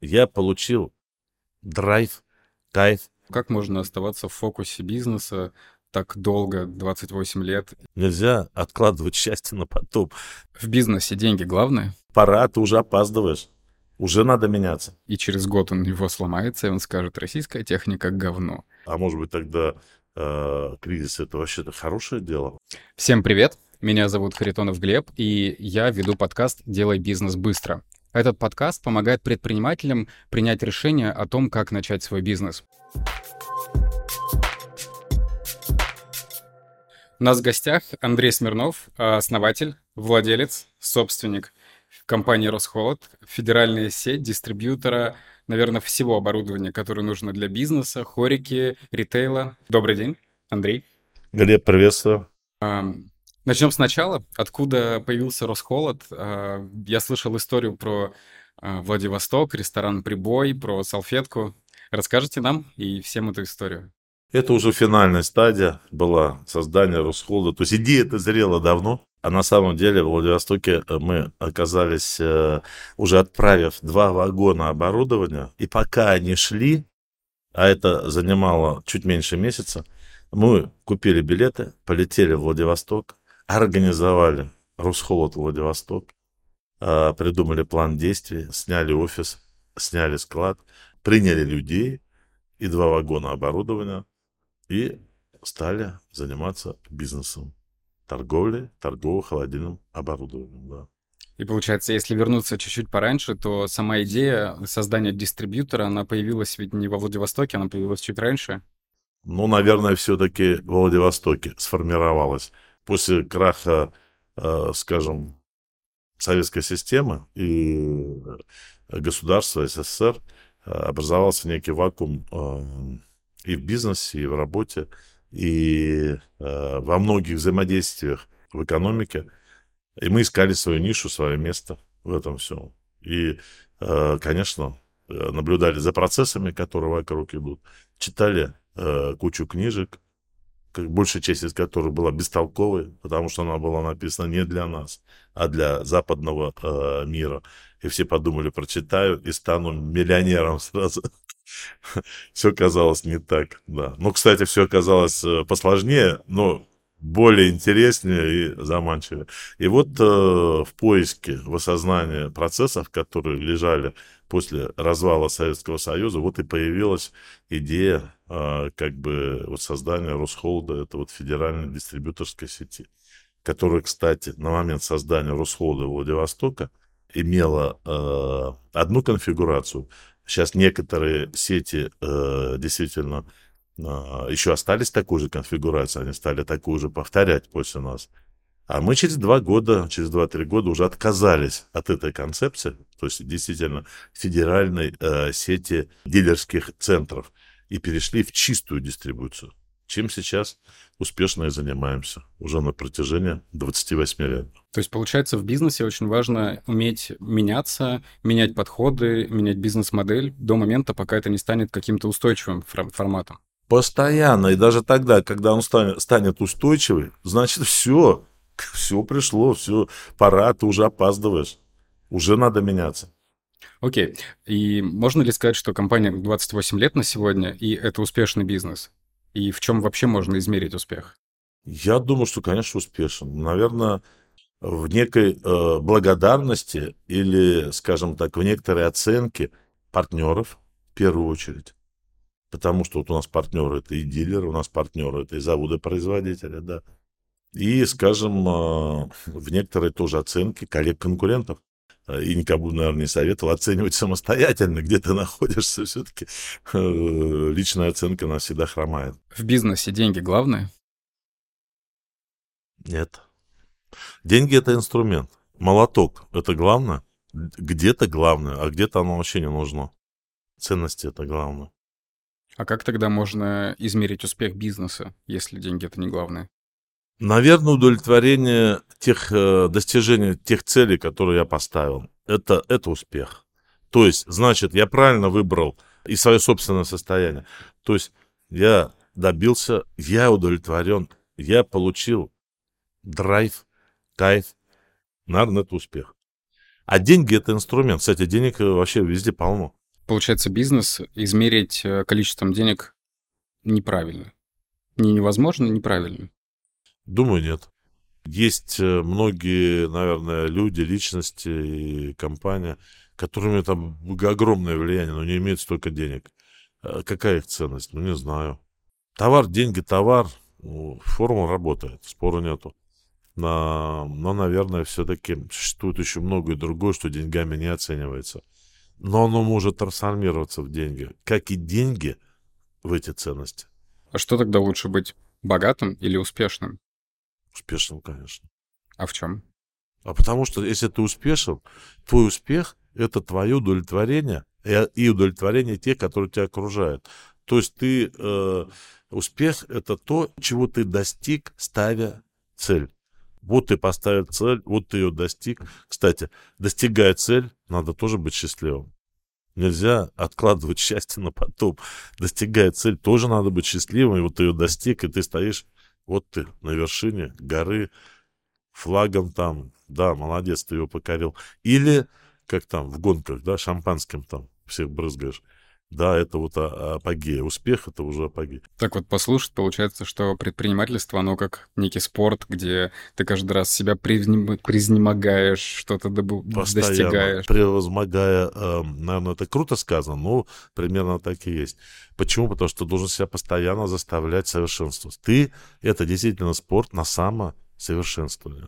Я получил драйв, кайф. Как можно оставаться в фокусе бизнеса так долго, 28 лет? Нельзя откладывать счастье на потом. В бизнесе деньги главное, Пора, ты уже опаздываешь. Уже надо меняться. и через год он его сломается, и он скажет: российская техника — говно. А может быть, тогда кризис — это вообще-то хорошее дело? Всем привет! Меня зовут Харитонов Глеб, и я веду подкаст «Делай бизнес быстро». Этот подкаст помогает предпринимателям принять решение о том, как начать свой бизнес. У нас в гостях Андрей Смирнов, основатель, владелец, собственник компании «Росхолод», федеральная сеть дистрибьютора, наверное, всего оборудования, которое нужно для бизнеса, хорики, ритейла. Добрый день, Андрей. Глеб, приветствую. Начнем сначала. Откуда появился «Росхолод»? Я слышал историю про Владивосток, ресторан «Прибой», про салфетку. Расскажите нам и всем эту историю. Это уже финальная стадия была создания Росхолда. То есть идея эта зрела давно. А на самом деле в Владивостоке мы оказались, уже отправив 2 вагона оборудования. И пока они шли, а это занимало чуть меньше месяца, мы купили билеты, полетели в Владивосток, организовали Росхолод Владивосток, придумали план действий, сняли офис, сняли склад, приняли людей и 2 вагона оборудования и стали заниматься бизнесом, торговлей, торгово-холодильным оборудованием. Да. И получается, если вернуться чуть-чуть пораньше, то сама идея создания дистрибьютора, она появилась ведь не во Владивостоке, она появилась чуть раньше. Ну, наверное, все-таки в Владивостоке сформировалась после краха, скажем, советской системы и государства СССР образовался некий вакуум и в бизнесе, и в работе, и во многих взаимодействиях в экономике. И мы искали свою нишу, свое место в этом всем. И, конечно, наблюдали за процессами, которые вокруг идут, читали кучу книжек, большая часть из которых была бестолковой, потому что она была написана не для нас, а для западного мира. И все подумали, прочитаю и стану миллионером сразу. Все казалось не так, да. Ну, кстати, все оказалось посложнее, но более интереснее и заманчивее. И вот в поиске, в осознании процессов, которые лежали после развала Советского Союза, вот и появилась идея как бы вот создания Росхолда, это вот федеральной дистрибьюторской сети, которая, кстати, на момент создания Росхолда Владивостока имела одну конфигурацию. Сейчас некоторые сети действительно еще остались такой же конфигурацией, они стали такую же повторять после нас. А мы через 2 года, через 2-3 года уже отказались от этой концепции, то есть действительно федеральной сети дилерских центров, и перешли в чистую дистрибуцию, чем сейчас успешно и занимаемся уже на протяжении 28 лет. То есть, получается, в бизнесе очень важно уметь меняться, менять подходы, менять бизнес-модель до момента, пока это не станет каким-то устойчивым форматом. Постоянно, и даже тогда, когда он станет устойчивый, значит, все пришло, все, пора, ты уже опаздываешь, уже надо меняться. Окей. И можно ли сказать, что компания 28 лет на сегодня, и это успешный бизнес? И в чем вообще можно измерить успех? Я думаю, что, конечно, успешен. Наверное, в некой благодарности или, скажем так, в некоторой оценке партнеров в первую очередь. Потому что вот у нас партнеры это и дилеры, у нас партнеры это и заводы-производители, да. И, скажем, в некоторой тоже оценке коллег-конкурентов. И никому, наверное, не советовал оценивать самостоятельно, где ты находишься. Все-таки личная оценка нас всегда хромает. В бизнесе деньги главное? Нет. Деньги — это инструмент. Молоток — это главное. Где-то главное, а где-то оно вообще не нужно. Ценности — это главное. А как тогда можно измерить успех бизнеса, если деньги — это не главное? Наверное, удовлетворение тех достижений, тех целей, которые я поставил. Это успех. То есть, значит, я правильно выбрал и свое собственное состояние. То есть, я добился, я удовлетворен, я получил драйв, кайф. Наверное, это успех. А деньги — это инструмент. Кстати, денег вообще везде полно. получается, бизнес измерить количеством денег неправильно. Не невозможно, неправильно. Думаю, нет. Есть многие, наверное, люди, личности и компания, которыми там огромное влияние, но не имеют столько денег. Какая их ценность? Ну, не знаю. Товар, деньги, товар. Ну, формула работает, спора нету. Но, наверное, все-таки существует еще многое другое, что деньгами не оценивается. Но оно может трансформироваться в деньги. Как и деньги в эти ценности. А что тогда лучше быть, богатым или успешным? Успешным, конечно. А в чем? А потому что если ты успешен, твой успех — это твое удовлетворение и удовлетворение тех, которые тебя окружают. То есть успех — это то, чего ты достиг, ставя цель. Вот ты поставил цель, вот ты ее достиг. Кстати, достигая цель, надо тоже быть счастливым. Нельзя откладывать счастье на потом. Достигая цель, тоже надо быть счастливым. И вот ты ее достиг, и ты стоишь, вот ты на вершине горы, флагом там, да, молодец, ты его покорил. Или, как там, в гонках, да, шампанским там всех брызгаешь. Да, это вот апогея. Успех — это уже апогей. Так вот, послушать, получается, что предпринимательство, оно как некий спорт, где ты каждый раз себя превзнемогаешь, что-то Постоянно, достигаешь. превозмогая, наверное, это круто сказано, но примерно так и есть. Почему? Потому что ты должен себя постоянно заставлять совершенствоваться. Это действительно спорт на самосовершенствование.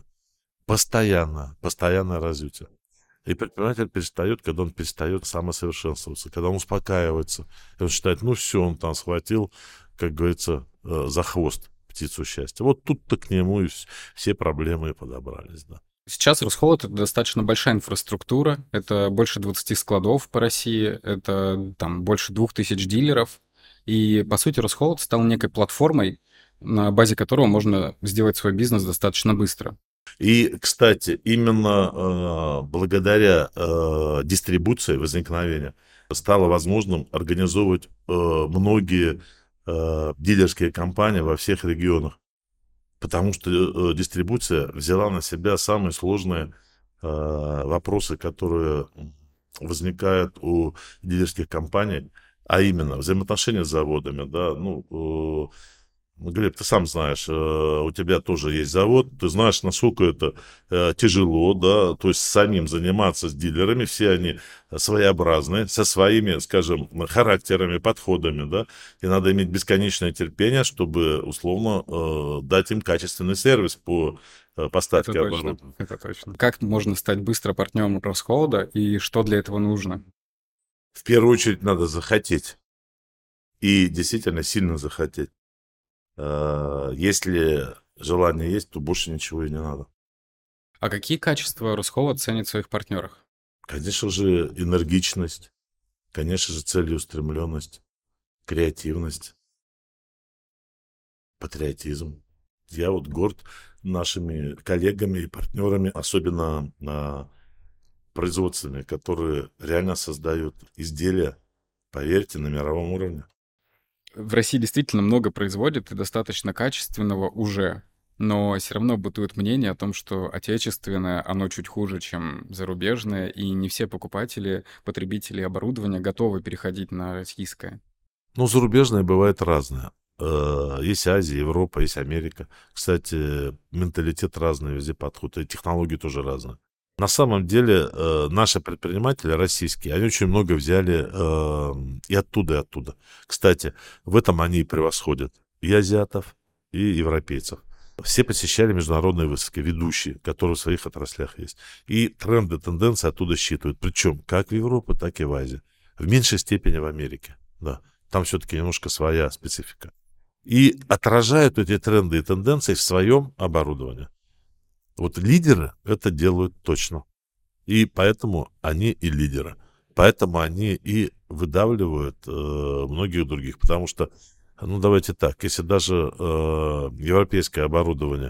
Постоянное развитие. И предприниматель перестает, когда он перестает самосовершенствоваться, когда он успокаивается. И он считает, ну все, он там схватил, как говорится, за хвост птицу счастья. Вот тут-то к нему и все проблемы и подобрались, да. Сейчас Росхолод — это достаточно большая инфраструктура, это больше 20 складов по России, это там больше 2000 дилеров. И, по сути, Росхолод стал некой платформой, на базе которого можно сделать свой бизнес достаточно быстро. И, кстати, именно благодаря дистрибуции возникновения стало возможным организовывать многие дилерские компании во всех регионах. Потому что дистрибуция взяла на себя самые сложные вопросы, которые возникают у дилерских компаний, а именно взаимоотношения с заводами, да, Глеб, ты сам знаешь, у тебя тоже есть завод, ты знаешь, насколько это тяжело, да, то есть самим заниматься с дилерами, все они своеобразные, со своими, скажем, характерами, подходами, да, и надо иметь бесконечное терпение, чтобы, условно, дать им качественный сервис по поставке Это точно, оборудования. это точно. Как можно стать быстро партнером Росхолода и что для этого нужно? В первую очередь надо захотеть, и действительно сильно захотеть. Если желание есть, то больше ничего и не надо. А какие качества Росхолод ценит в своих партнерах? Конечно же, энергичность, конечно же, целеустремленность, креативность, патриотизм. Я вот горд нашими коллегами и партнерами, особенно производственными, которые реально создают изделия, поверьте, на мировом уровне. В России действительно много производят и достаточно качественного уже, но все равно бытует мнение о том, что отечественное, оно чуть хуже, чем зарубежное, и не все покупатели, потребители оборудования готовы переходить на российское. Ну, зарубежное бывает разное. Есть Азия, Европа, есть Америка. Кстати, менталитет разный, везде подход, и технологии тоже разные. На самом деле, наши предприниматели российские, они очень много взяли и оттуда, и оттуда. Кстати, в этом они и превосходят и азиатов, и европейцев. Все посещали международные выставки, ведущие, которые в своих отраслях есть. И тренды, тенденции оттуда считывают. Причем как в Европе, так и в Азии. В меньшей степени в Америке. Да. Там все-таки немножко своя специфика. И отражают эти тренды и тенденции в своем оборудовании. Вот лидеры это делают точно. И поэтому они и лидеры. Поэтому они и выдавливают многих других. Потому что, ну давайте так, если даже европейское оборудование,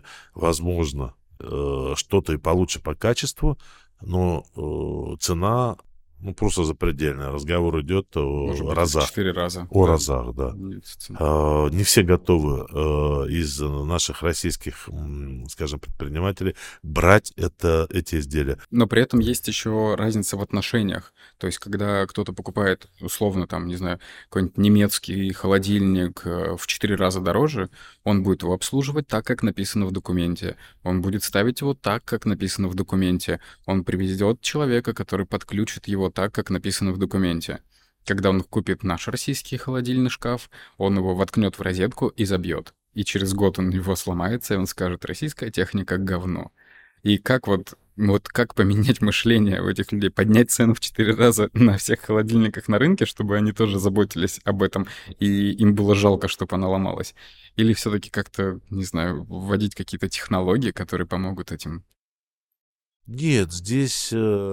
возможно, что-то и получше по качеству, но цена Ну, просто запредельная. Разговор идет Может о быть, и в разах. 4 раза, О да. разах, да. Дефицит. Не все готовы из наших российских, скажем, предпринимателей брать эти изделия. Но при этом есть еще разница в отношениях. То есть, когда кто-то покупает, условно, там, не знаю, какой-нибудь немецкий холодильник в 4 раза дороже, он будет его обслуживать так, как написано в документе. Он будет ставить его так, как написано в документе. Он приведет человека, который подключит его так, как написано в документе. Когда он купит наш российский холодильный шкаф, он его воткнет в розетку и забьет. И через год он его сломается, и он скажет: «Российская техника — говно». И как вот как поменять мышление у этих людей? Поднять цену в 4 раза на всех холодильниках на рынке, чтобы они тоже заботились об этом, и им было жалко, чтобы она ломалась? Или все таки как-то, не знаю, вводить какие-то технологии, которые помогут этим? Нет, здесь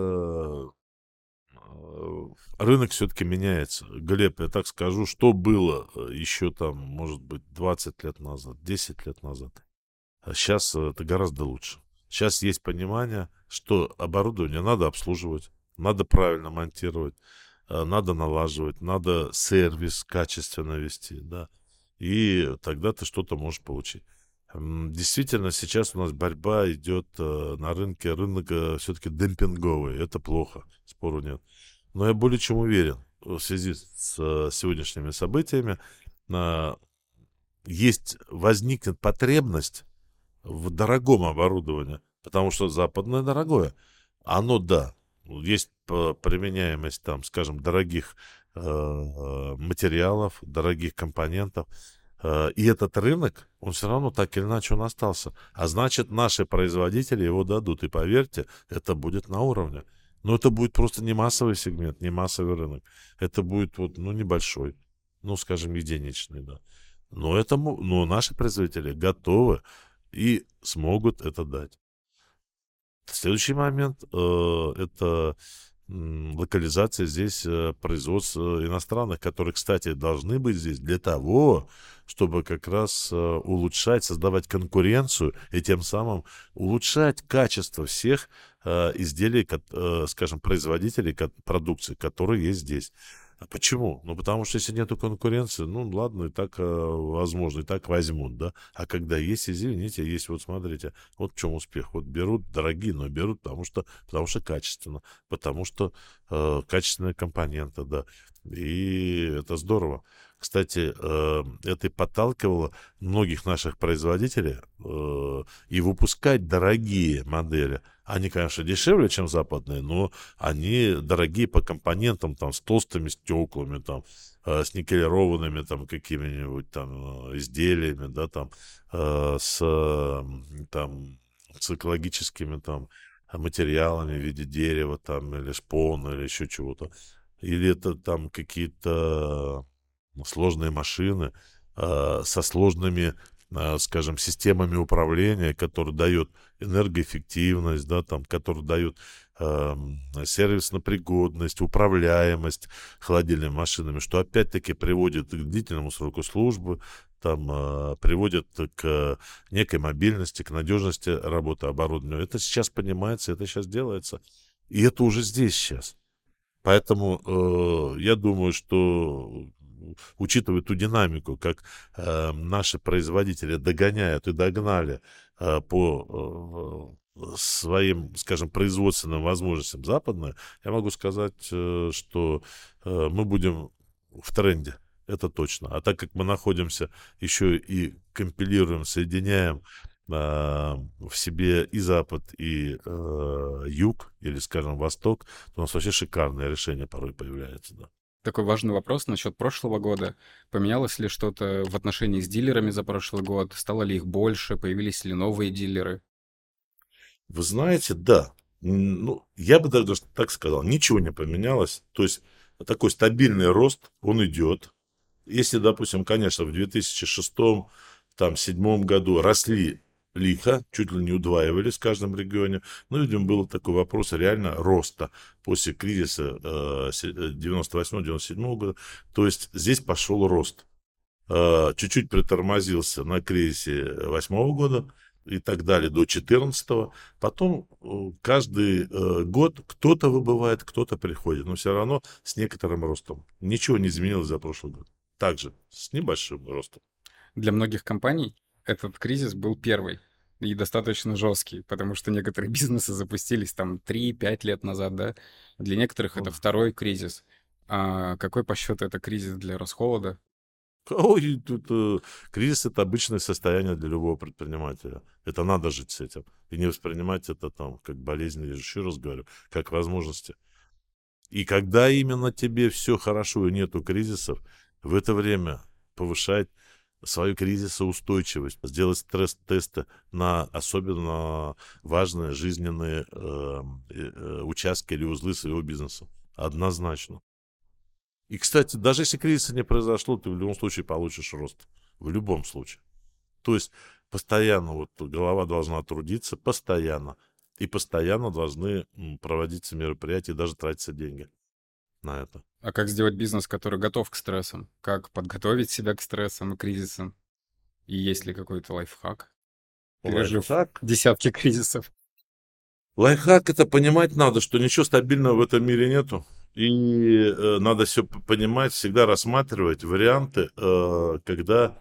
рынок все-таки меняется. Глеб, я так скажу, что было еще там, может быть, 20 лет назад, 10 лет назад. А сейчас это гораздо лучше. Сейчас есть понимание, что оборудование надо обслуживать, надо правильно монтировать, надо налаживать, надо сервис качественно вести, да. И тогда ты что-то можешь получить. Действительно, сейчас у нас борьба идет на рынке, рынок все-таки демпинговый. Это плохо, спору нет. Но я более чем уверен, в связи с сегодняшними событиями, э, возникнет потребность в дорогом оборудовании, потому что западное дорогое. Оно, да, есть применяемость там, скажем, дорогих материалов, дорогих компонентов. И этот рынок, он все равно так или иначе он остался. А значит, наши производители его дадут. И поверьте, это будет на уровне. Но это будет просто не массовый сегмент, не массовый рынок. Это будет вот, ну, небольшой, ну, скажем, единичный, да. Но наши производители готовы и смогут это дать. Следующий момент это локализация здесь производств иностранных, которые, кстати, должны быть здесь для того, чтобы как раз улучшать, создавать конкуренцию и тем самым улучшать качество всех изделий, скажем, производителей продукции, которые есть здесь. А почему? Ну, потому что если нету конкуренции, ну, ладно, и так возможно, и так возьмут, да. А когда есть, извините, есть, вот смотрите, вот в чем успех. Вот берут дорогие, но берут, потому что качественно, потому что качественные компоненты, да. И это здорово. Кстати, это и подталкивало многих наших производителей и выпускать дорогие модели. Они, конечно, дешевле, чем западные, но они дорогие по компонентам, там, с толстыми стеклами, там, с никелированными, там, какими-нибудь, там, изделиями, да, там, там, с экологическими, там, материалами в виде дерева, там, или шпона, или еще чего-то. Или это, там, какие-то сложные машины со сложными, скажем, системами управления, которые дают энергоэффективность, да, там, которые дают сервисную пригодность, управляемость холодильными машинами, что опять-таки приводит к длительному сроку службы, там, приводит к некой мобильности, к надежности работы оборудования. Это сейчас понимается, это сейчас делается. И это уже здесь сейчас. Поэтому я думаю, что учитывая ту динамику, как наши производители догоняют и догнали по своим, скажем, производственным возможностям западные, я могу сказать, что мы будем в тренде. Это точно. А так как мы находимся еще и компилируем, соединяем в себе и Запад, и Юг, или, скажем, Восток, то у нас вообще шикарное решение порой появляется, да. Такой важный вопрос насчет прошлого года. Поменялось ли что-то в отношении с дилерами за прошлый год? Стало ли их больше? Появились ли новые дилеры? Вы знаете, да. Ну, я бы даже так сказал, ничего не поменялось. То есть такой стабильный рост, он идет. Если, допустим, конечно, в 2006, там, 2007 году росли лихо, чуть ли не удваивались в каждом регионе, но, видимо, был такой вопрос реально роста после кризиса 98-97 года. То есть здесь пошел рост. Чуть-чуть притормозился на кризисе 2008 года, и так далее до 2014. Потом каждый год кто-то выбывает, кто-то приходит, но все равно с некоторым ростом. Ничего не изменилось за прошлый год. Также с небольшим ростом. Для многих компаний этот кризис был первый и достаточно жесткий, потому что некоторые бизнесы запустились там 3-5 лет назад, да? Для некоторых это второй кризис. А какой по счету это кризис для Росхолода? Ой, тут кризис — это обычное состояние для любого предпринимателя. Это надо жить с этим. И не воспринимать это там как болезнь, я еще раз говорю, как возможности. И когда именно тебе все хорошо и нету кризисов, в это время повышать свою кризисоустойчивость, сделать стресс-тесты на особенно важные жизненные участки или узлы своего бизнеса. Однозначно. И, кстати, даже если кризиса не произошло, ты в любом случае получишь рост. В любом случае. То есть постоянно вот голова должна трудиться, постоянно. И постоянно должны проводиться мероприятия и даже тратиться деньги на это. А как сделать бизнес, который готов к стрессам? Как подготовить себя к стрессам и кризисам? И есть ли какой-то лайфхак, пережив Лайфхак? десятки кризисов? Лайфхак — это понимать надо, что ничего стабильного в этом мире нету. И надо все понимать, всегда рассматривать варианты, когда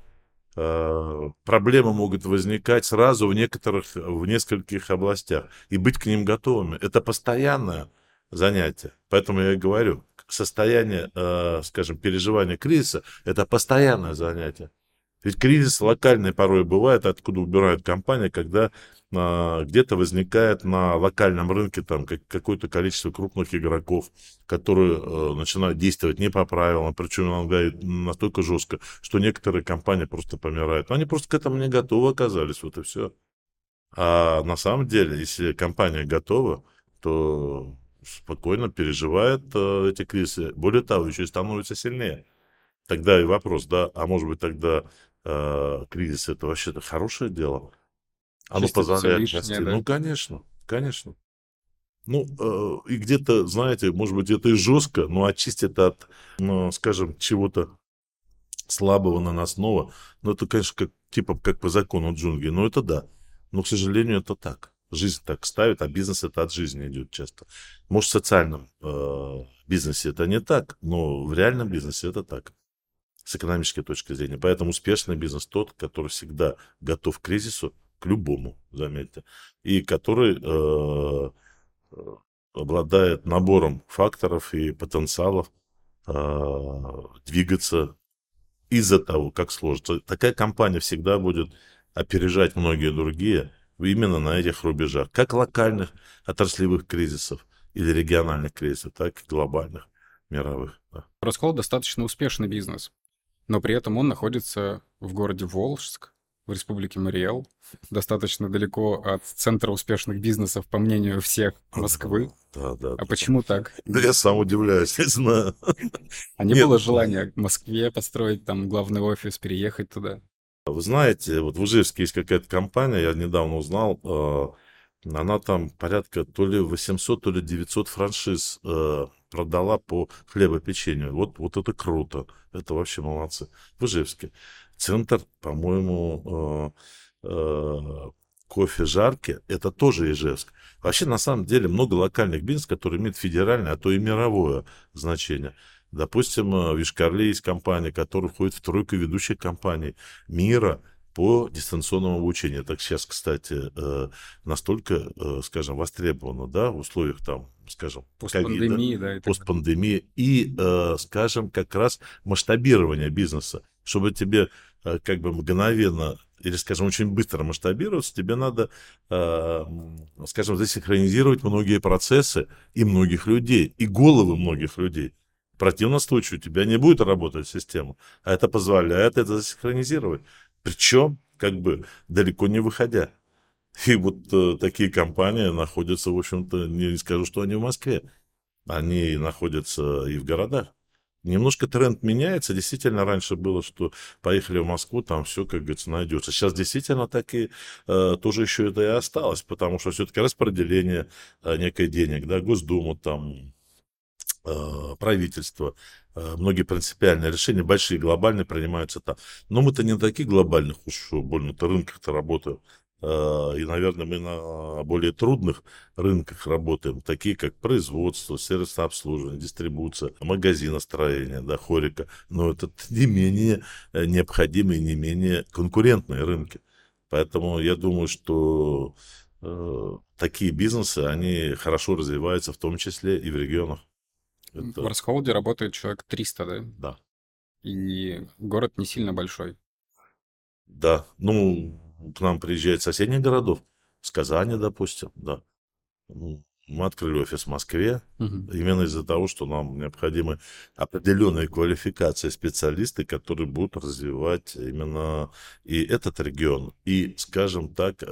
проблемы могут возникать сразу в нескольких областях. И быть к ним готовыми. Это постоянное занятие. Поэтому я и говорю, состояние, скажем, переживания кризиса — это постоянное занятие. Ведь кризис локальный порой бывает, откуда убирают компании, когда где-то возникает на локальном рынке там какое-то количество крупных игроков, которые начинают действовать не по правилам, причем иногда и настолько жестко, что некоторые компании просто помирают. Но они просто к этому не готовы оказались, вот и все. А на самом деле, если компания готова, то спокойно переживает эти кризисы. Более того, еще и становится сильнее. Тогда и вопрос, да, а может быть тогда кризис — это вообще-то хорошее дело? Оно Чистит все позволяет лишнее, расти. да? Ну, конечно, конечно. Ну, и где-то, знаете, может быть, это и жестко, но очистит от, ну, скажем, чего-то слабого, наносного. Ну, это, конечно, типа как по закону джунглей. Но это да. Но, к сожалению, это так. Жизнь так ставит, а бизнес это от жизни идет часто. Может, в социальном бизнесе это не так, но в реальном бизнесе это так. С экономической точки зрения. Поэтому успешный бизнес тот, который всегда готов к кризису, к любому, заметьте, и который обладает набором факторов и потенциалов двигаться из-за того, как сложится. Такая компания всегда будет опережать многие другие именно на этих рубежах, как локальных отраслевых кризисов или региональных кризисов, так и глобальных, мировых. Да. Росхолод достаточно успешный бизнес, но при этом он находится в городе Волжск, в республике Мариэл, достаточно далеко от центра успешных бизнесов, по мнению всех Москвы. Да, да, А да. почему так? Да я сам удивляюсь, не знаю. А не Нет, было желания в Москве построить там главный офис, переехать туда? вы знаете, вот в Ижевске есть какая-то компания, я недавно узнал, она там порядка то ли 800, то ли 900 франшиз продала по хлебопечению. Вот это круто, это вообще молодцы. В Ижевске. Центр, по-моему, кофе жарки, это тоже Ижевск. Вообще, на самом деле, много локальных бизнесов, которые имеют федеральное, а то и мировое значение. Допустим, в Йошкар-Оле есть компания, которая входит в тройку ведущих компаний мира по дистанционному обучению. Так сейчас, кстати, настолько, скажем, востребовано, да, в условиях там, скажем, ковида, Постпандемии, да, и так далее. постпандемии и, скажем, как раз масштабирование бизнеса. Чтобы тебе как бы мгновенно или, скажем, очень быстро масштабироваться, тебе надо, скажем, засинхронизировать многие процессы и многих людей, и головы многих людей. В противном случае у тебя не будет работать система, а это позволяет это засинхронизировать. Причем, как бы, далеко не выходя. И вот такие компании находятся, в общем-то, не скажу, что они в Москве, они находятся и в городах. Немножко тренд меняется. Действительно, раньше было, что поехали в Москву, там все, как говорится, найдется. Сейчас действительно так и тоже еще это и осталось, потому что все-таки распределение некой денег, да, Госдума, там, правительство, многие принципиальные решения, большие, глобальные, принимаются там. Но мы-то не на таких глобальных уж больно-то рынках-то работаем. И, наверное, мы на более трудных рынках работаем, такие как производство, сервисное обслуживание, дистрибуция, магазиностроение, да, хорика. Но это не менее необходимые, не менее конкурентные рынки. Поэтому я думаю, что такие бизнесы, они хорошо развиваются, в том числе и в регионах. В Это, Росхолде работает человек 300, да? да. И город не сильно большой. Да, ну, к нам приезжают с соседних городов, с Казани, допустим, да. Мы открыли офис в Москве Мгм. именно из-за того, что нам необходимы определенные квалификации специалисты, которые будут развивать именно и этот регион, и, скажем так,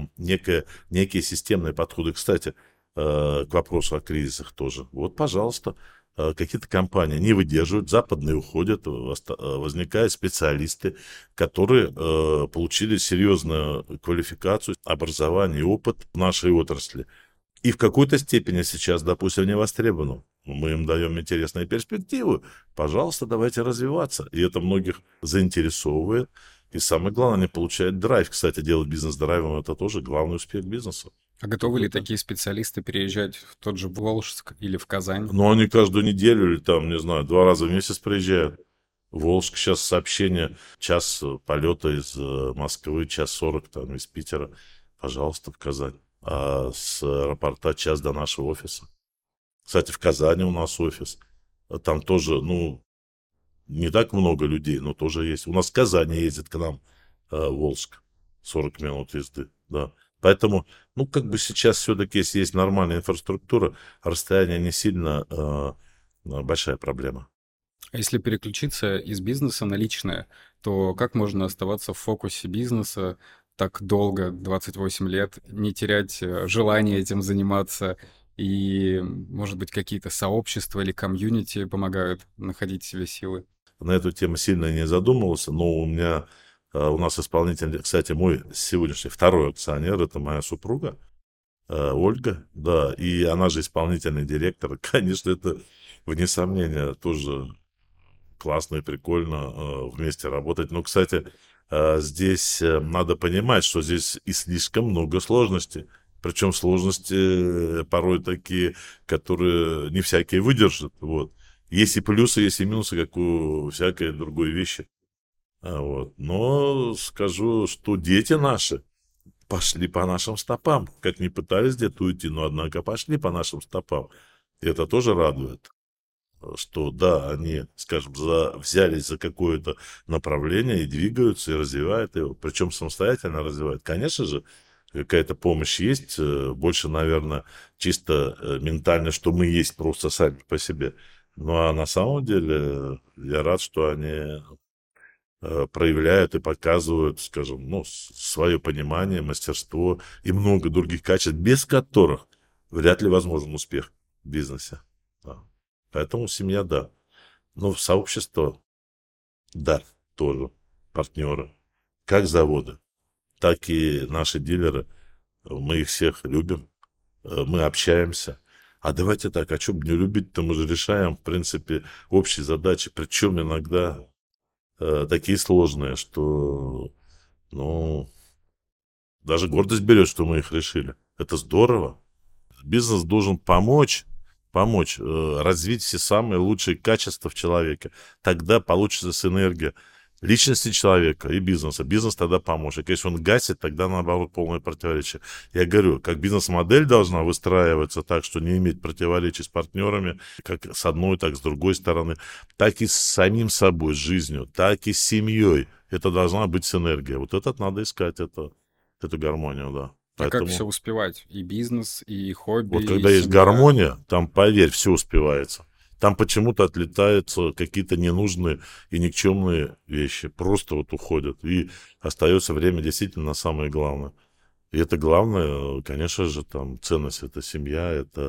некие системные подходы. Кстати, к вопросу о кризисах тоже. Вот, пожалуйста, какие-то компании не выдерживают, западные уходят, возникают специалисты, которые получили серьезную квалификацию, образование и опыт в нашей отрасли. И в какой-то степени сейчас, допустим, не востребовано. Мы им даем интересные перспективы. Пожалуйста, давайте развиваться. И это многих заинтересовывает. И самое главное, они получают драйв. Кстати, делать бизнес драйвом — это тоже главный успех бизнеса. А готовы ли такие специалисты переезжать в тот же Волжск или в Казань? Но они каждую неделю или там, не знаю, 2 раза в месяц приезжают. Волжск сейчас сообщение, час полета из Москвы, час 40 там из Питера. Пожалуйста, в Казань. А с аэропорта час до нашего офиса. Кстати, в Казани у нас офис. Там тоже, ну, не так много людей, но тоже есть. У нас в Казани ездит к нам Волжск. 40 минут езды, да. Поэтому, ну, как бы сейчас все-таки, если есть нормальная инфраструктура, расстояние не сильно большая проблема. А если переключиться из бизнеса на личное, то как можно оставаться в фокусе бизнеса так долго, 28 лет, не терять желание этим заниматься? И, может быть, какие-то сообщества или комьюнити помогают находить в себе силы? На эту тему сильно не задумывался, но у нас исполнитель, кстати, мой сегодняшний второй акционер, это моя супруга, Ольга, да, и она же исполнительный директор. Конечно, это, вне сомнения, тоже классно и прикольно вместе работать. Но, кстати, здесь надо понимать, что здесь и слишком много сложностей. Причем сложности порой такие, которые не всякие выдержат. Вот. Есть и плюсы, есть и минусы, как у всякой другой вещи. Вот. Но скажу, что дети наши пошли по нашим стопам. Как ни пытались где-то уйти, но однако пошли по нашим стопам. И это тоже радует, что да, они, скажем, взялись за какое-то направление и двигаются, и развивают его. Причем самостоятельно развивают. Конечно же, какая-то помощь есть, больше, наверное, чисто ментально, что мы есть просто сами по себе. Ну а на самом деле я рад, что они проявляют и показывают, скажем, ну, свое понимание, мастерство и много других качеств, без которых вряд ли возможен успех в бизнесе. Да. Поэтому семья, да. Но в сообщество, да, тоже. Партнеры. Как заводы, так и наши дилеры. Мы их всех любим, мы общаемся. А давайте так, а что бы не любить-то, мы же решаем, в принципе, общие задачи, причем иногда такие сложные, что, ну, даже гордость берет, что мы их решили. Это здорово. Бизнес должен помочь развить все самые лучшие качества в человеке. Тогда получится синергия личности человека и бизнеса. Бизнес тогда поможет. Если он гасит, тогда наоборот полное противоречие. Я говорю, как бизнес-модель должна выстраиваться так, что не иметь противоречий с партнерами, как с одной, так и с другой стороны, так и с самим собой, с жизнью, так и с семьей. Это должна быть синергия. Вот этот надо искать, эту гармонию, да. А как все Поэтому успевать? И бизнес, и хобби, вот и когда есть семья. гармония, там, поверь, все успевается. Там почему-то отлетаются какие-то ненужные и никчемные вещи. Просто вот уходят. И остается время действительно на самое главное. И это главное, конечно же, там ценность — это семья,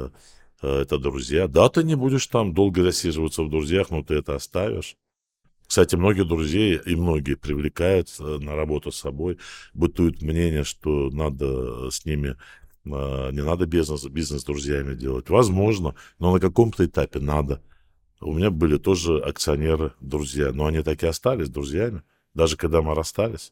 это друзья. Да, ты не будешь там долго засиживаться в друзьях, но ты это оставишь. Кстати, многие друзей и многие привлекают на работу с собой, бытует мнение, что надо с ними, не надо бизнес с друзьями делать. Возможно, но на каком-то этапе надо. У меня были тоже акционеры, друзья, но они так и остались друзьями, даже когда мы расстались.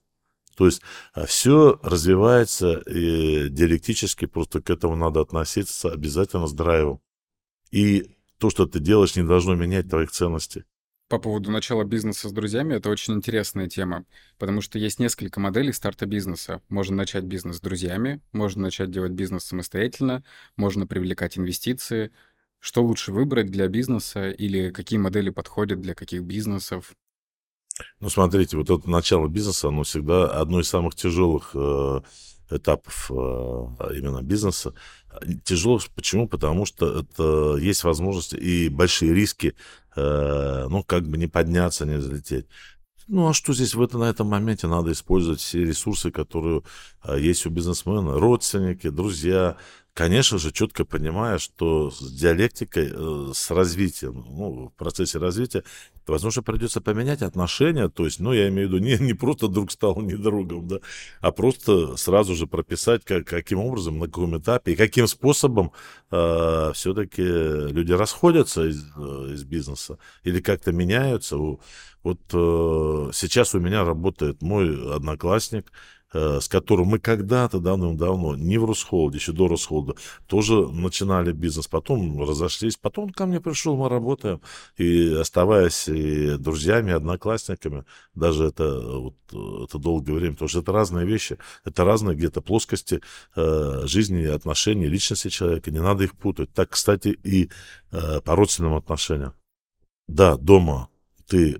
То есть все развивается и диалектически, просто к этому надо относиться обязательно с драйвом. И то, что ты делаешь, не должно менять твоих ценностей. По поводу начала бизнеса с друзьями, это очень интересная тема, потому что есть несколько моделей старта бизнеса. Можно начать бизнес с друзьями, можно начать делать бизнес самостоятельно, можно привлекать инвестиции. Что лучше выбрать для бизнеса или какие модели подходят для каких бизнесов? Ну, смотрите, вот это начало бизнеса, оно всегда одно из самых тяжелых этапов именно бизнеса. Тяжелых почему? Потому что это есть возможность и большие риски, ну, как бы не подняться, не взлететь. Ну, а что здесь на этом моменте надо использовать все ресурсы, которые есть у бизнесмена, родственники, друзья. Конечно же, четко понимая, что с диалектикой, с развитием, ну, в процессе развития, возможно, придется поменять отношения, то есть, ну, я имею в виду, не просто друг стал не другом, да, а просто сразу же прописать, каким образом, на каком этапе и каким способом все-таки люди расходятся из бизнеса или как-то меняются. Вот сейчас у меня работает мой одноклассник, с которым мы когда-то давным-давно, не в Росхолде, еще до Росхолда, тоже начинали бизнес, потом разошлись, потом он ко мне пришел, мы работаем, и оставаясь и друзьями, и одноклассниками, даже это долгое время, потому что это разные вещи, это разные где-то плоскости жизни, отношений, личности человека, не надо их путать. Так, кстати, и по родственным отношениям. Да, дома ты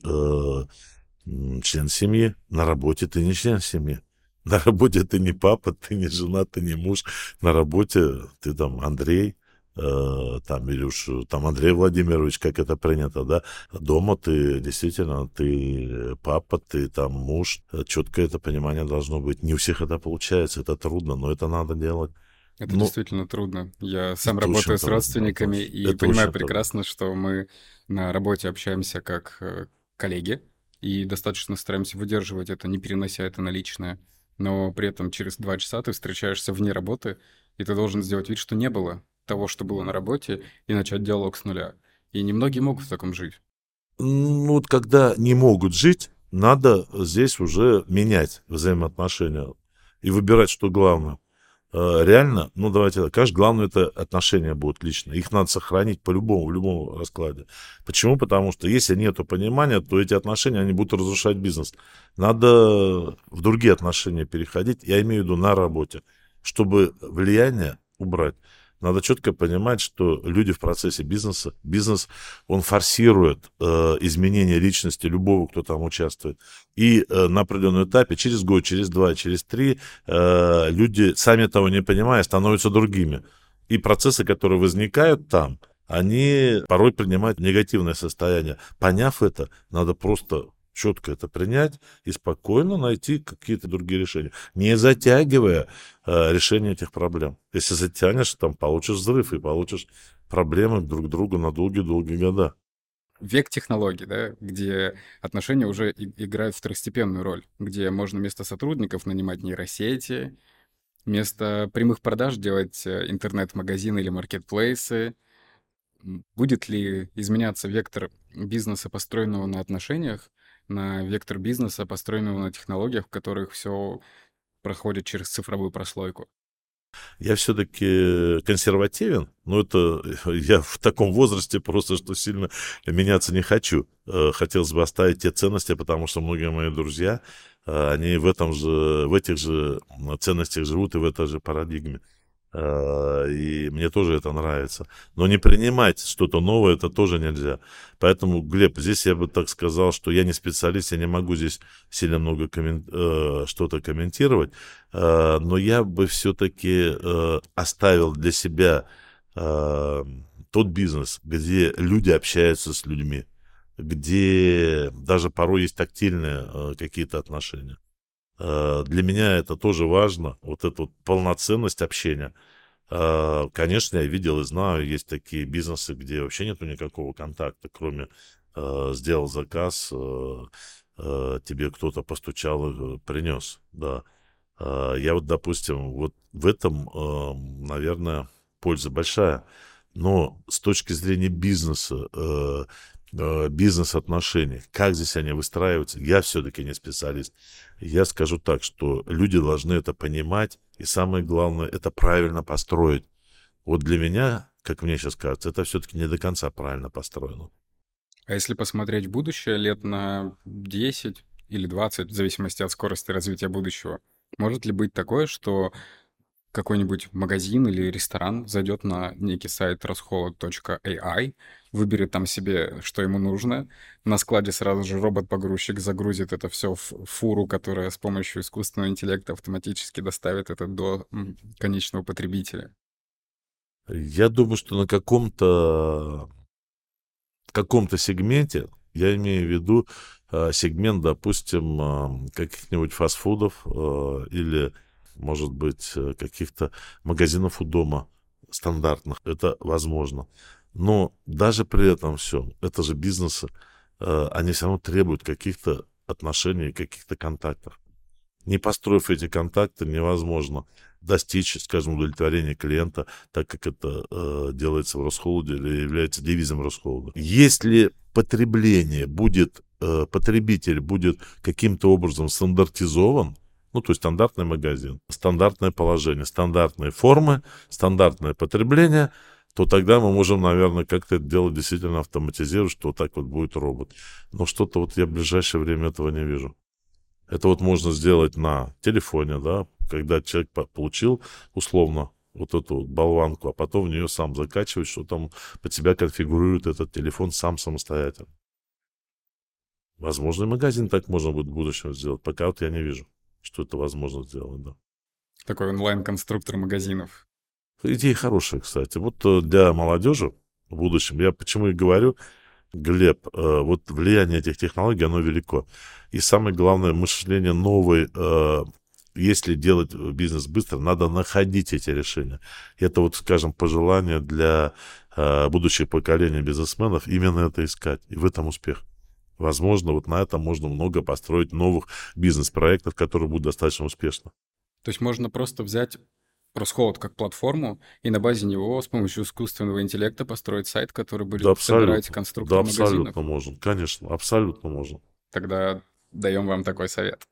член семьи, на работе ты не член семьи. На работе ты не папа, ты не жена, ты не муж. На работе ты там Андрей, там, или уж там Андрей Владимирович, как это принято, да. Дома ты действительно, ты папа, ты там муж. Четкое это понимание должно быть. Не у всех это получается, это трудно, но это надо делать. Это Ну, действительно трудно. Я сам это очень работаю с трудно, родственниками Антош. и Это понимаю очень трудно. прекрасно, что мы на работе общаемся как коллеги и достаточно стараемся выдерживать это, не перенося это на личное. Но при этом через 2 часа ты встречаешься вне работы, и ты должен сделать вид, что не было того, что было на работе, и начать диалог с нуля. И немногие могут в таком жить. Ну, вот когда не могут жить, надо здесь уже менять взаимоотношения и выбирать, что главное. Реально, ну давайте так, конечно, главное это отношения будут личные. Их надо сохранить по-любому, в любом раскладе. Почему? Потому что если нету понимания, то эти отношения, они будут разрушать бизнес. Надо в другие отношения переходить, я имею в виду на работе, чтобы влияние убрать. Надо четко понимать, что люди в процессе бизнеса, бизнес, он форсирует изменение личности любого, кто там участвует. И на определенном этапе, через год, через два, через три, люди, сами того не понимая, становятся другими. И процессы, которые возникают там, они порой принимают негативное состояние. Поняв это, надо просто четко это принять и спокойно найти какие-то другие решения, не затягивая решение этих проблем. Если затянешь, там получишь взрыв и получишь проблемы друг к другу на долгие-долгие года. Век технологий, да, где отношения уже играют второстепенную роль, где можно вместо сотрудников нанимать нейросети, вместо прямых продаж делать интернет-магазины или маркетплейсы. Будет ли изменяться вектор бизнеса, построенного на отношениях, на вектор бизнеса, построенного на технологиях, в которых все проходит через цифровую прослойку? Я все-таки консервативен, но это я в таком возрасте просто, что сильно меняться не хочу. Хотелось бы оставить те ценности, потому что многие мои друзья, они в этих же ценностях живут и в этой же парадигме. И мне тоже это нравится. Но не принимать что-то новое, это тоже нельзя. Поэтому, Глеб, здесь я бы так сказал, что я не специалист, я не могу здесь сильно много что-то комментировать, но я бы все-таки оставил для себя тот бизнес, где люди общаются с людьми, где даже порой есть тактильные какие-то отношения. Для меня это тоже важно, вот эта вот полноценность общения. Конечно, я видел и знаю, есть такие бизнесы, где вообще нету никакого контакта, кроме сделал заказ, тебе кто-то постучал и принес, да. Я вот, допустим, вот в этом, наверное, польза большая. Но с точки зрения бизнеса, бизнес-отношений, как здесь они выстраиваются, я все-таки не специалист. Я скажу так, что люди должны это понимать, и самое главное, это правильно построить. Вот для меня, как мне сейчас кажется, это все-таки не до конца правильно построено. А если посмотреть в будущее, лет на 10 или 20, в зависимости от скорости развития будущего, может ли быть такое, что какой-нибудь магазин или ресторан зайдет на некий сайт rasholod.ai, выберет там себе, что ему нужно, на складе сразу же робот-погрузчик загрузит это все в фуру, которая с помощью искусственного интеллекта автоматически доставит это до конечного потребителя? Я думаю, что на каком-то сегменте, я имею в виду сегмент, допустим, каких-нибудь фастфудов или, может быть, каких-то магазинов у дома стандартных. Это возможно. Но даже при этом все, это же бизнесы, они все равно требуют каких-то отношений, каких-то контактов. Не построив эти контакты, невозможно достичь, скажем, удовлетворения клиента, так как это делается в Росхолоде или является девизом Росхолода. Если потребление будет, потребитель будет каким-то образом стандартизован, ну, то есть стандартный магазин, стандартное положение, стандартные формы, стандартное потребление, то тогда мы можем, наверное, как-то это дело действительно автоматизировать, что вот так вот будет робот. Но что-то вот я в ближайшее время этого не вижу. Это вот можно сделать на телефоне, да, когда человек получил условно вот эту вот болванку, а потом в нее сам закачивает, что там под себя конфигурирует этот телефон сам самостоятельно. Возможно, и магазин так можно будет в будущем сделать. Пока вот я не вижу, что это возможно сделать, да. Такой онлайн-конструктор магазинов. Идея хорошая, кстати. Вот для молодежи в будущем, я почему и говорю, Глеб, вот влияние этих технологий, оно велико. И самое главное, мышление новое, если делать бизнес быстро, надо находить эти решения. И это вот, скажем, пожелание для будущих поколений бизнесменов, именно это искать. И в этом успех. Возможно, вот на этом можно много построить новых бизнес-проектов, которые будут достаточно успешны. То есть можно просто взять Росхолод как платформу и на базе него с помощью искусственного интеллекта построить сайт, который Да, будет собирать абсолютно. Да, конструктор магазинов. абсолютно можно. Конечно, абсолютно можно. Тогда даем вам такой совет.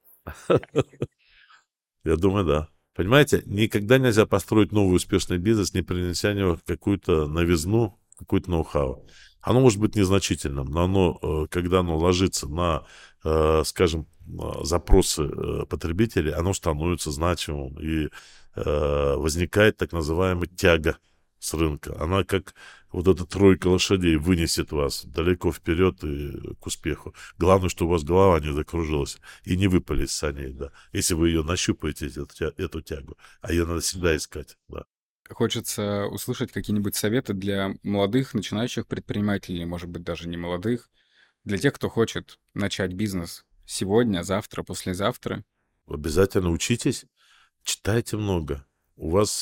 Я думаю, да. Понимаете, никогда нельзя построить новый успешный бизнес, не принеся в него какую-то новизну, какую-то ноу-хау. Оно может быть незначительным, но оно, когда оно ложится на, скажем, запросы потребителей, оно становится значимым и возникает так называемая тяга с рынка. Она как вот эта тройка лошадей вынесет вас далеко вперед и к успеху. Главное, чтобы у вас голова не закружилась и не выпали с саней, да. Если вы ее нащупаете, эту тягу. А ее надо всегда искать, да. Хочется услышать какие-нибудь советы для молодых, начинающих предпринимателей, может быть, даже не молодых, для тех, кто хочет начать бизнес сегодня, завтра, послезавтра. Обязательно учитесь, читайте много. У вас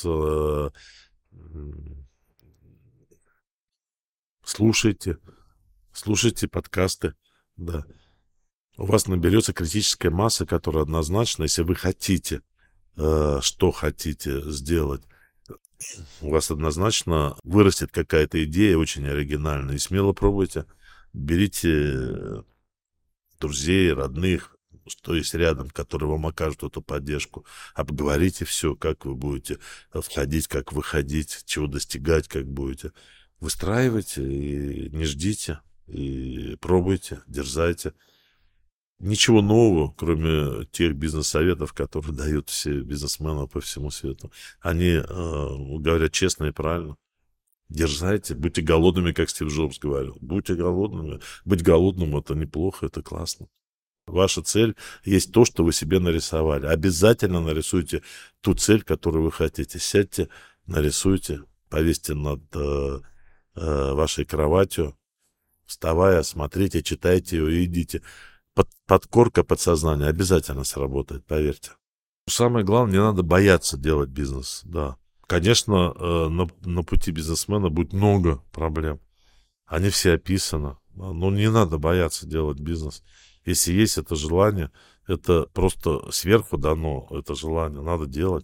слушайте, слушайте подкасты, да. У вас наберется критическая масса, которая однозначно, если вы хотите, что хотите сделать, у вас однозначно вырастет какая-то идея очень оригинальная. И смело пробуйте. Берите друзей, родных, что есть рядом, которые вам окажут эту поддержку. Обговорите все, как вы будете входить, как выходить, чего достигать, как будете. Выстраивайте и не ждите, и пробуйте, дерзайте. Ничего нового, кроме тех бизнес-советов, которые дают все бизнесмены по всему свету. Они говорят честно и правильно. Дерзайте, будьте голодными, как Стив Джобс говорил. Будьте голодными. Быть голодным — это неплохо, это классно. Ваша цель есть то, что вы себе нарисовали. Обязательно нарисуйте ту цель, которую вы хотите. Сядьте, нарисуйте, повесьте над вашей кроватью. Вставая, смотрите, читайте ее и идите. Подкорка подсознания обязательно сработает, поверьте. Самое главное, не надо бояться делать бизнес, да. Конечно, на пути бизнесмена будет много проблем. Они все описаны. Но не надо бояться делать бизнес. Если есть это желание, это просто сверху дано, это желание, надо делать.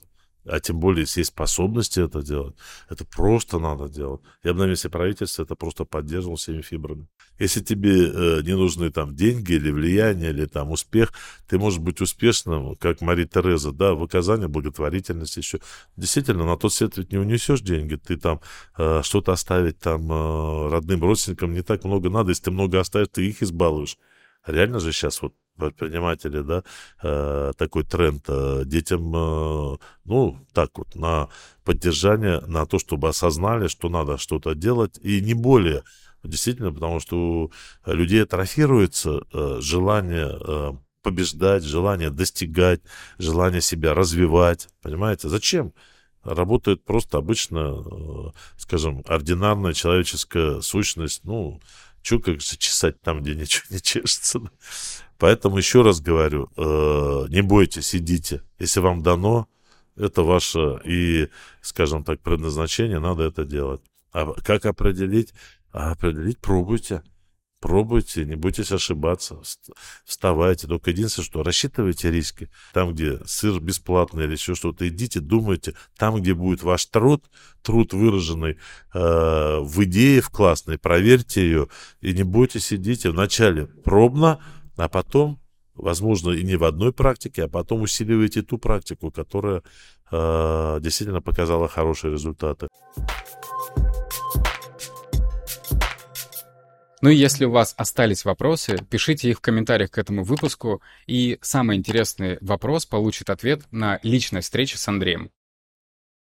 а тем более, если есть способности это делать, это просто надо делать. Я бы на месте правительства это просто поддерживал всеми фибрами. Если тебе не нужны там деньги или влияние, или там успех, ты можешь быть успешным, как Мария Тереза, да, в оказании благотворительности еще. Действительно, на тот свет ведь не унесешь деньги, ты там что-то оставить там родным родственникам не так много надо, если ты много оставишь, ты их избалуешь. Реально же сейчас вот предприниматели, да, такой тренд детям, ну, так вот, на поддержание, на то, чтобы осознали, что надо что-то делать, и не более. Действительно, потому что у людей атрофируется желание побеждать, желание достигать, желание себя развивать, понимаете? Зачем? Работает просто обычно, скажем, ординарная человеческая сущность, ну, что как чесать там, где ничего не чешется. Поэтому еще раз говорю, не бойтесь, идите. Если вам дано, это ваше и, скажем так, предназначение, надо это делать. А как определить? А определить пробуйте. Пробуйте, не бойтесь ошибаться, вставайте. Только единственное, что рассчитывайте риски. Там, где сыр бесплатный или еще что-то, идите, думайте. Там, где будет ваш труд выраженный в идее, в классной, проверьте ее. И не бойтесь, идите. Вначале пробно, а потом, возможно, и не в одной практике, а потом усиливайте ту практику, которая действительно показала хорошие результаты. Ну и если у вас остались вопросы, пишите их в комментариях к этому выпуску, и самый интересный вопрос получит ответ на личной встрече с Андреем.